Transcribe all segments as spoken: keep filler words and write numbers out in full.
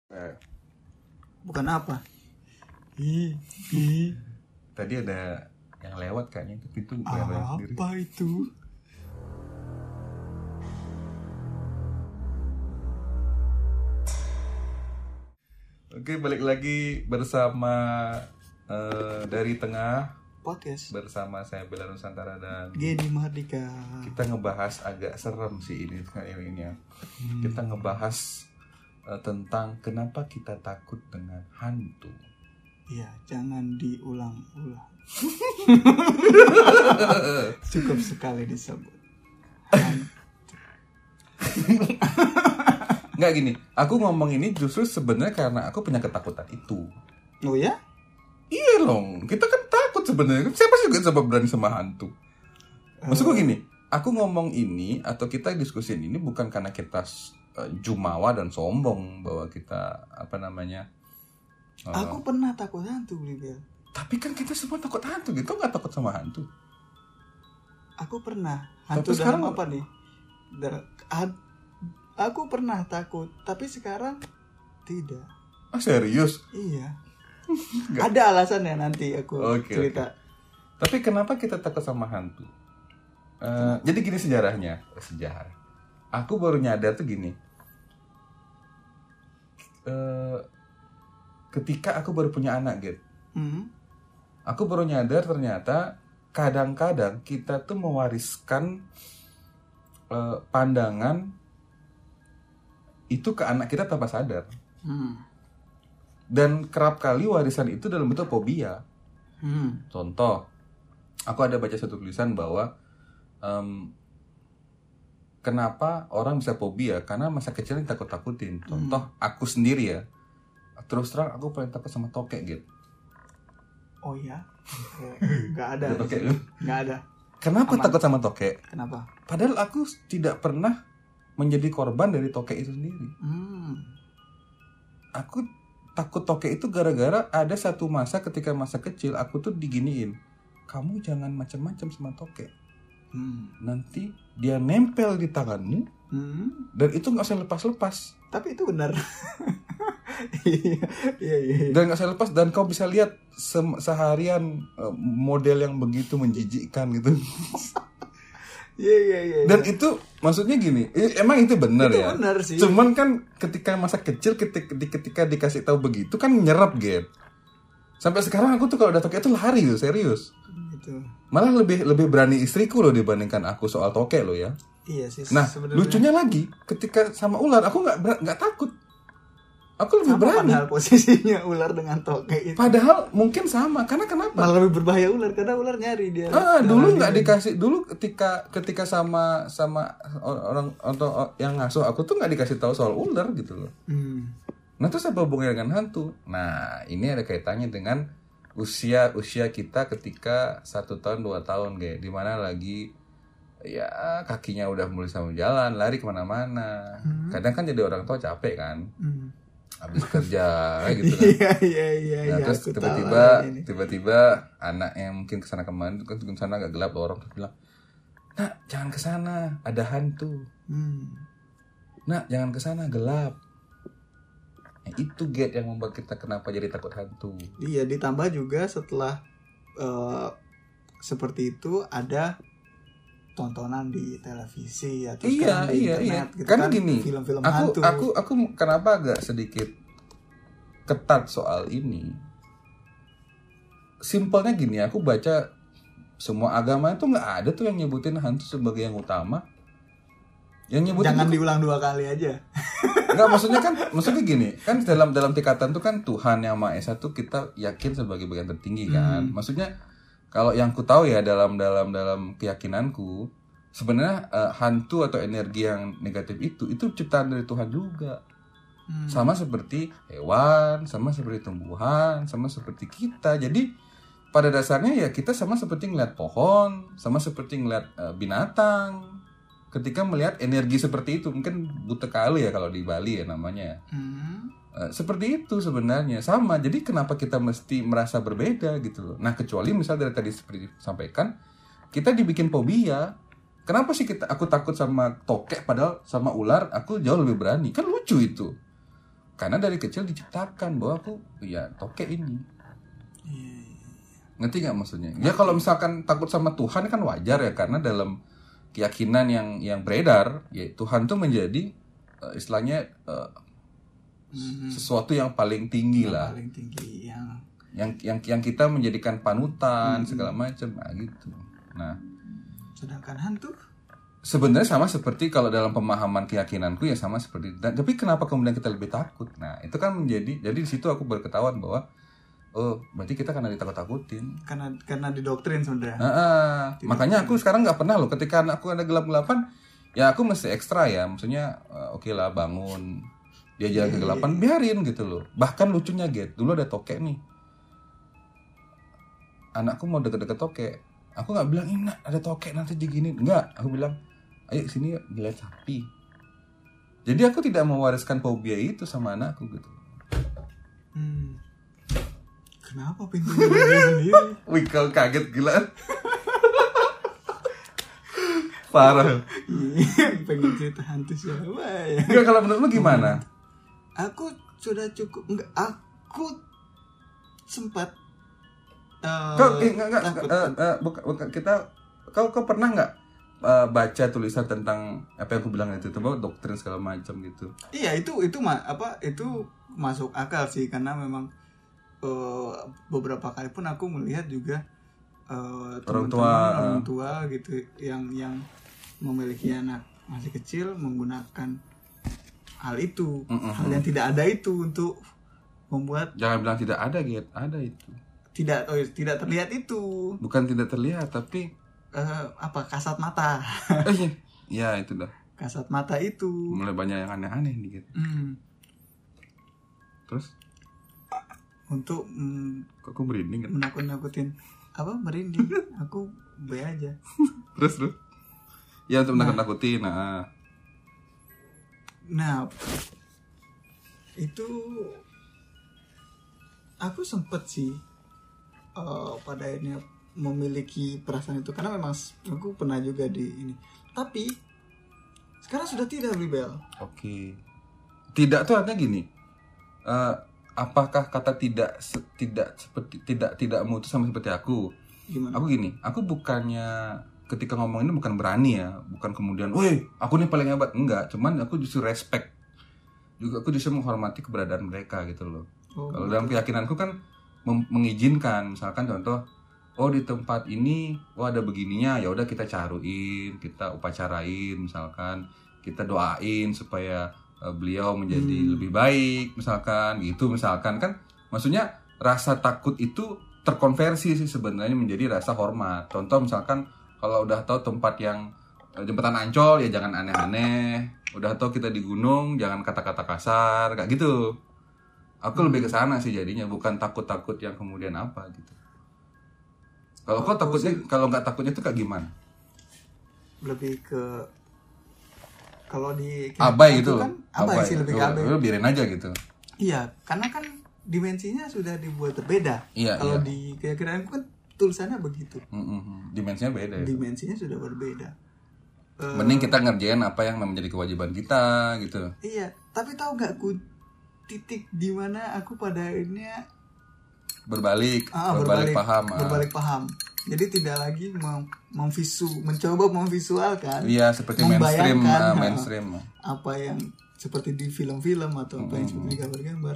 Eh, Bukan apa? Ih, ih. Tadi ada yang lewat kayaknya itu pintu bayar sendiri. Apa itu? Oke, balik lagi bersama eh, dari tengah Podcast bersama saya Bella Nusantara dan Geni Mahardika. kita ngebahas agak serem sih ini kayak ini ya. Hmm. Kita ngebahas eh, tentang kenapa kita takut dengan hantu. Iya, jangan diulang-ulang. Cukup sekali disebut. Nggak gini, aku ngomong ini justru sebenarnya karena aku punya ketakutan itu. Oh ya? Iya loh, kita kan takut sebenarnya. Siapa sih juga coba berani sama hantu? Maksudku gini, aku ngomong ini atau kita diskusin ini bukan karena kita uh, jumawa dan sombong bahwa kita apa namanya. Uh, Aku pernah takut hantu, Bel. Tapi kan kita semua takut hantu, gitu nggak takut sama hantu? Aku pernah. Hantu Tapi dalam sekarang- apa nih? Da- had- Aku pernah takut, tapi sekarang tidak. Ah serius? Iya. Nggak. Ada alasannya nanti aku Oke, cerita. Tapi kenapa kita takut sama hantu? Uh, jadi gini sejarahnya, sejarah. Aku baru nyadar tuh gini. Uh, ketika aku baru punya anak, gitu. Hmm. Aku baru nyadar ternyata kadang-kadang kita tuh mewariskan uh, pandangan itu ke anak kita tanpa sadar. Hmm. Dan kerap kali warisan itu dalam bentuk fobia. Hmm. Contoh, aku ada baca satu tulisan bahwa um, kenapa orang bisa fobia? Karena masa kecil yang takut-takutin. Contoh, aku sendiri ya. Terus terang aku paling takut sama tokek gitu. Oh ya? Gak Ada ada. tokek. Gak ada. Kenapa Aman. takut sama tokek? Kenapa? Padahal aku tidak pernah menjadi korban dari tokek itu sendiri. Hmm. Aku takut tokek itu gara-gara ada satu masa ketika masa kecil aku tuh diginiin. Kamu jangan macam-macam sama tokek. Hmm. Nanti dia nempel di tanganmu Hmm. dan itu nggak usah lepas-lepas. Tapi itu benar. Iya, iya, iya. Dan nggak usah lepas dan kau bisa lihat se- seharian eh, model yang begitu menjijikkan gitu. Iya, iya, iya. Dan itu maksudnya gini, eh, emang itu benar Itu ya. benar sih. Cuman kan ketika masa kecil ketika, ketika dikasih tahu begitu kan nyerap gitu. Sampai sekarang aku tuh kalau ada tokek itu lari loh, serius. Gitu. Malah lebih lebih berani istriku loh dibandingkan aku soal tokek loh ya. Iya sih. Nah, sebenarnya. lucunya lagi ketika sama ular aku nggak ber- nggak takut. Aku lebih sama berani. padahal posisinya ular dengan tokek itu. Padahal mungkin sama, karena kenapa? Malah lebih berbahaya ular karena ular nyari dia. Ah, dulu Darah nggak dia. dikasih dulu ketika ketika sama sama orang atau yang ngasuh aku tuh nggak dikasih tahu soal ular gitu loh. Hmm. Nah terus apa hubungannya dengan hantu? Nah ini ada kaitannya dengan usia usia kita ketika satu tahun dua tahun kayak dimana lagi ya kakinya udah mulai sama jalan lari kemana-mana. Hmm. Kadang kan jadi orang tua capek kan, Hmm. habis kerja gitu kan. Iya, iya, iya, Nah iya. terus aku tahu tiba-tiba lah ini. tiba-tiba anak yang mungkin kesana kemana kan ke sana agak gelap orang terus bilang, nak jangan kesana ada hantu, Hmm. nak jangan kesana gelap. Nah, itu gate yang membuat kita kenapa jadi takut hantu. Iya, ditambah juga setelah eh, seperti itu ada tontonan di televisi atau Iya sekarang di iya iya. internet gitu Karena kan, gini, film-film aku hantu. aku aku kenapa agak sedikit ketat soal ini. Simpelnya gini, aku baca semua agama itu nggak ada tuh yang nyebutin hantu sebagai yang utama. Yang nyebutin Jangan itu- diulang dua kali aja. Enggak, maksudnya kan maksudnya gini, kan dalam dalam tingkatan tuh kan Tuhan yang Maha Esa tuh kita yakin sebagai bagian tertinggi kan. Hmm. Maksudnya kalau yang ku tahu ya dalam dalam dalam keyakinanku sebenarnya eh, hantu atau energi yang negatif itu itu ciptaan dari Tuhan juga. Hmm. Sama seperti hewan, sama seperti tumbuhan, sama seperti kita. Jadi pada dasarnya ya kita sama seperti ngeliat pohon, sama seperti ngeliat eh, binatang. Ketika melihat energi seperti itu, mungkin buta kali ya kalau di Bali ya namanya. Hmm. Eh, seperti itu sebenarnya sama. Jadi kenapa kita mesti merasa berbeda gitu loh? Nah kecuali misal dari tadi seperti disampaikan, kita dibikin fobia. Kenapa sih kita aku takut sama tokek padahal sama ular aku jauh lebih berani? Kan lucu itu. Karena dari kecil diciptakan bahwa aku ya toke ini. Iya. Ngerti nggak maksudnya? Ya kalau misalkan takut sama Tuhan kan wajar ya, karena dalam keyakinan yang yang beredar ya Tuhan tuh menjadi uh, istilahnya uh, Hmm. sesuatu yang paling tinggi Yang lah. paling tinggi yang Yang yang yang kita menjadikan panutan Hmm. segala macam, nah gitu. Nah, sedangkan hantu sebenarnya sama seperti kalau dalam pemahaman keyakinanku ya sama seperti dan tapi kenapa kemudian kita lebih takut? Nah, itu kan menjadi jadi di situ aku berketahuan bahwa oh, berarti kita karena ditakut-takutin. karena karena didoktrin sebenarnya. Nah, ah, makanya aku sekarang nggak pernah loh ketika anakku ada gelap-gelapan, ya aku mesti ekstra ya, maksudnya uh, oke okay lah bangun dia jalan kegelapan, biarin gitu loh. Bahkan lucunya Get, dulu ada tokek nih, anakku mau deket-deket tokek, aku nggak bilang ini ada tokek nanti diginin, nggak, aku bilang ayo sini dilihat sapi. Jadi aku tidak mewariskan fobia itu sama anakku gitu. Hmm. Kenapa pintunya dia sendiri? Wih, kau kaget gila. Parah. Iya, pengen cerita hantu siapa ya? Enggak, kalau menurut lu gimana? Aku sudah cukup enggak, aku sempat uh, Kau eh, enggak enggak takut. uh, uh, buka, buka, kita kau kau pernah nggak uh, baca tulisan tentang apa yang aku bilang itu tentang doktrin segala macam gitu? Iya, itu itu mah apa itu masuk akal sih, karena memang uh, beberapa kali pun aku melihat juga uh, Orang teman-teman, tua, orang uh. tua gitu yang yang memiliki anak masih kecil menggunakan hal itu, Mm-mm. hal yang tidak ada itu untuk membuat Jangan bilang tidak ada, Get. Ada itu. tidak oh, tidak terlihat itu. Bukan tidak terlihat, tapi Uh, apa kasat mata. eh, ya itu dah. Kasat mata itu. Mulai banyak yang aneh-aneh nih, Get. Hmm, Terus untuk mm, kok aku merinding kan? menakut-nakutin apa merinding. Aku be aja. Terus terus. Ya untuk menakut-nakutin. Nah, Nah, itu aku sempet sih uh, pada akhirnya memiliki perasaan itu, karena memang aku pernah juga di ini. Tapi sekarang sudah tidak, Bibel. oke. Tidak tuh artinya gini. Eh, apakah kata tidak se- tidak seperti tidak tidak mutu sama seperti aku? Gimana? Aku gini, aku bukannya ketika ngomong ini bukan berani ya, bukan kemudian, woi, aku nih paling hebat, enggak. Cuman aku justru respect, juga aku justru menghormati keberadaan mereka gitu loh. Oh, Kalau dalam keyakinanku kan mem- mengizinkan, misalkan contoh, oh di tempat ini, oh ada begininya, ya udah kita caruin, kita upacarain, misalkan kita doain supaya uh, beliau menjadi Hmm. lebih baik, misalkan gitu, misalkan kan, maksudnya rasa takut itu terkonversi sih sebenarnya menjadi rasa hormat. Contoh misalkan kalau udah tahu tempat yang uh, jembatan Ancol ya jangan aneh-aneh. Udah tahu kita di gunung jangan kata-kata kasar kayak gitu. Aku lebih ke sana sih jadinya, bukan takut-takut yang kemudian apa gitu. Kalau kau takutnya, kalau nggak takutnya itu kayak gimana? Lebih ke kalau di Abai itu gitu. kan abai sih, lebih ke abai. Lu biarin aja gitu. Iya, karena kan dimensinya sudah dibuat berbeda. Iya, Kalau iya. di keyakinanku kan tulisannya begitu. Mm-mm. Dimensinya beda ya. Dimensinya sudah berbeda. Eh, Mending kita ngerjain apa yang menjadi kewajiban kita gitu. Iya, tapi tahu nggak ku titik di mana aku pada akhirnya Berbalik, ah, berbalik, paham. ah. berbalik paham. Jadi tidak lagi mem- memvisu, mencoba memvisualkan Iya, seperti mainstream, membayangkan, ah, ha, mainstream. apa yang seperti di film-film atau apa yang Hmm. seperti gambar-gambar.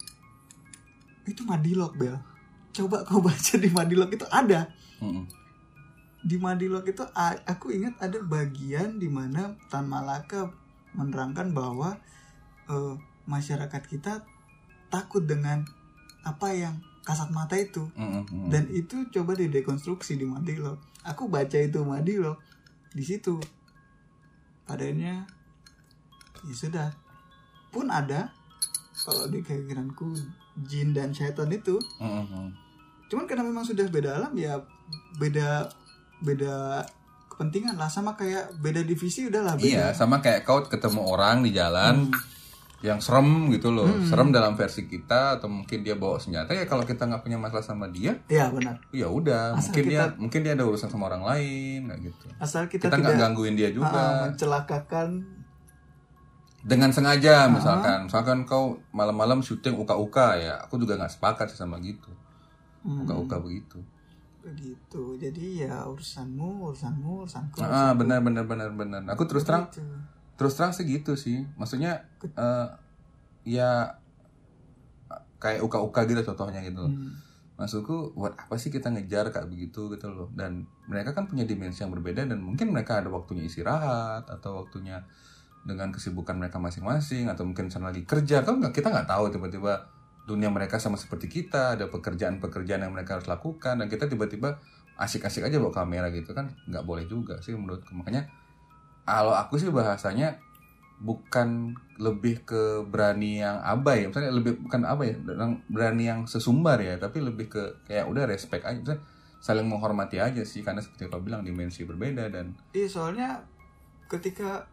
Itu Madilog, Bel. Coba kau baca di Madilog itu ada. Mm-mm. Di Madilog itu a- aku ingat ada bagian di mana Tan Malaka menerangkan bahwa eh, masyarakat kita takut dengan apa yang kasat mata itu. Mm-mm. Dan itu coba didekonstruksi di Madilog. Aku baca itu Madilog di situ. Padanya ya sudah. Pun ada kalau di keyakinanku jin dan syaitan itu. Mm-mm. Cuman karena memang sudah beda alam ya beda beda kepentingan lah, sama kayak beda divisi udahlah Iya, beda. sama kayak kau ketemu orang di jalan Hmm. yang serem gitu loh, Hmm. serem dalam versi kita atau mungkin dia bawa senjata ya kalau kita nggak punya masalah sama dia, Iya benar. ya udah, Asal mungkin dia kita- mungkin dia ada urusan sama orang lain, kayak gitu. Asal kita, Kita nggak tidak gangguin dia ah, juga. mencelakakan dengan sengaja misalkan, misalkan kau malam-malam syuting uka-uka ya, aku juga nggak sepakat sih sama gitu, Hmm. uka-uka begitu. Begitu. Jadi ya urusanmu, urusanmu, urusanku. Ah benar benar benar benar. Aku terus terang, Begitu. terus terang sih gitu sih. Maksudnya eh, ya kayak uka-uka gitu contohnya gitu. Hmm. Maksudku buat apa sih kita ngejar kayak begitu gitu loh. Dan mereka kan punya dimensi yang berbeda dan mungkin mereka ada waktunya istirahat atau waktunya dengan kesibukan mereka masing-masing atau mungkin sana lagi kerja. Kan nggak- kita nggak tahu tiba-tiba dunia mereka sama seperti kita, ada pekerjaan-pekerjaan yang mereka harus lakukan dan kita tiba-tiba asik-asik aja bawa kamera gitu kan, nggak boleh juga sih menurutku. Makanya kalau aku sih bahasanya bukan lebih ke berani yang abai, misalnya lebih bukan apa ya, berani yang sesumbar ya, tapi lebih ke kayak udah respect aja, misalnya saling menghormati aja sih, karena seperti kau bilang dimensi berbeda dan Iya, soalnya ketika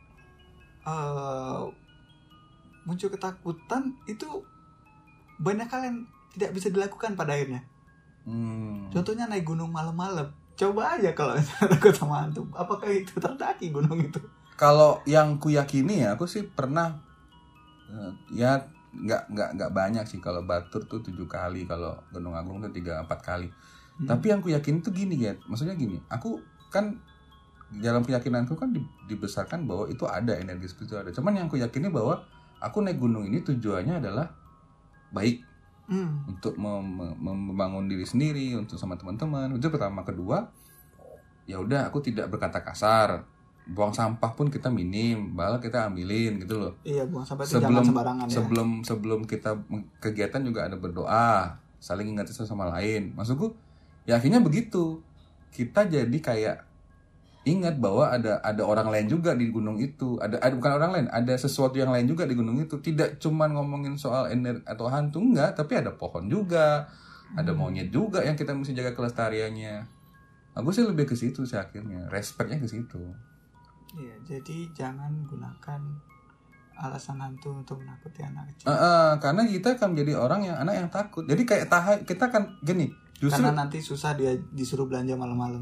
uh, muncul ketakutan itu banyak hal yang tidak bisa dilakukan pada akhirnya. hmm, Contohnya naik gunung malam-malam. Coba aja kalau misalnya takut sama hantu, apakah itu terdaki gunung itu? kalau yang ku yakini ya, aku sih pernah eh, ya nggak nggak nggak banyak sih, kalau Batur tuh tujuh kali, kalau Gunung Agung tuh tiga empat kali. Hmm. Tapi yang ku yakin tuh gini ya, maksudnya gini, aku kan dalam keyakinanku kan di- dibesarkan bahwa itu ada energi spiritual ada. Cuman yang ku yakini bahwa aku naik gunung ini tujuannya adalah baik, Hmm. untuk mem- mem- membangun diri sendiri, untuk sama teman-teman. Itu pertama. Kedua, ya udah aku tidak berkata kasar. Buang sampah pun kita minim, malah kita ambilin gitu loh. Iya, buang sampah itu Sebelum jangan sembarangan ya. sebelum sebelum kita meng- kegiatan juga ada berdoa, saling ingatin satu sama lain. Maksudku, ya akhirnya begitu. Kita jadi kayak ingat bahwa ada ada orang lain juga di gunung itu. Ada ada bukan orang lain, ada sesuatu yang lain juga di gunung itu. Tidak cuman ngomongin soal energi atau hantu enggak, tapi ada pohon juga, ada monyet juga yang kita mesti jaga kelestariannya. Aku sih lebih ke situ sih akhirnya, respectnya ke situ. Iya, jadi jangan gunakan alasan hantu untuk menakuti anak kecil. Eh, eh, karena kita akan menjadi orang yang anak yang takut. Jadi kayak tahan, kita kan gini, justru Karena nanti susah dia disuruh belanja malam-malam.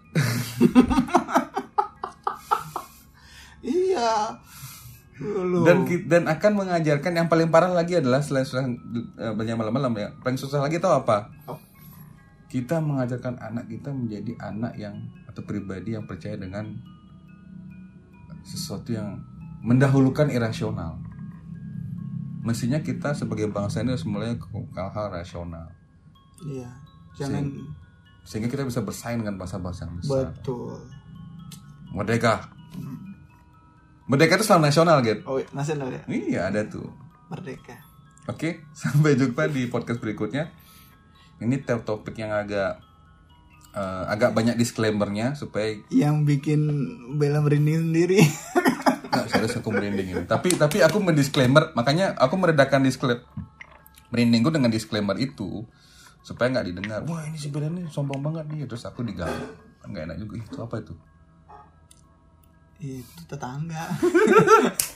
Iya. Loh. dan ki- dan akan mengajarkan yang paling parah lagi adalah selain susah eh, belanja malam-malam ya, paling susah lagi tahu apa? Oh. Kita mengajarkan anak kita menjadi anak yang atau pribadi yang percaya dengan sesuatu yang mendahulukan irasional. Mestinya kita sebagai bangsa ini harus mulai ke hal-hal rasional. Iya. Jangan. Sehingga kita bisa bersaing dengan bangsa-bangsa yang besar. Betul. Merdeka. Merdeka itu selalu nasional, Get. Oh, nasional ya. Iya, ada tuh. Merdeka. Oke, sampai jumpa di podcast berikutnya. Ini topik yang agak uh, agak banyak disclaimer-nya supaya Yang bikin Bella merinding sendiri. nggak serius aku merinding ini. Tapi tapi aku mendisclaimer, makanya aku meredakan disclaimer merindingku dengan disclaimer itu supaya nggak didengar. Wah, ini si Bella ini sombong banget nih. Terus aku diganggu. Kan nggak enak juga. Itu apa itu? Itu tetangga.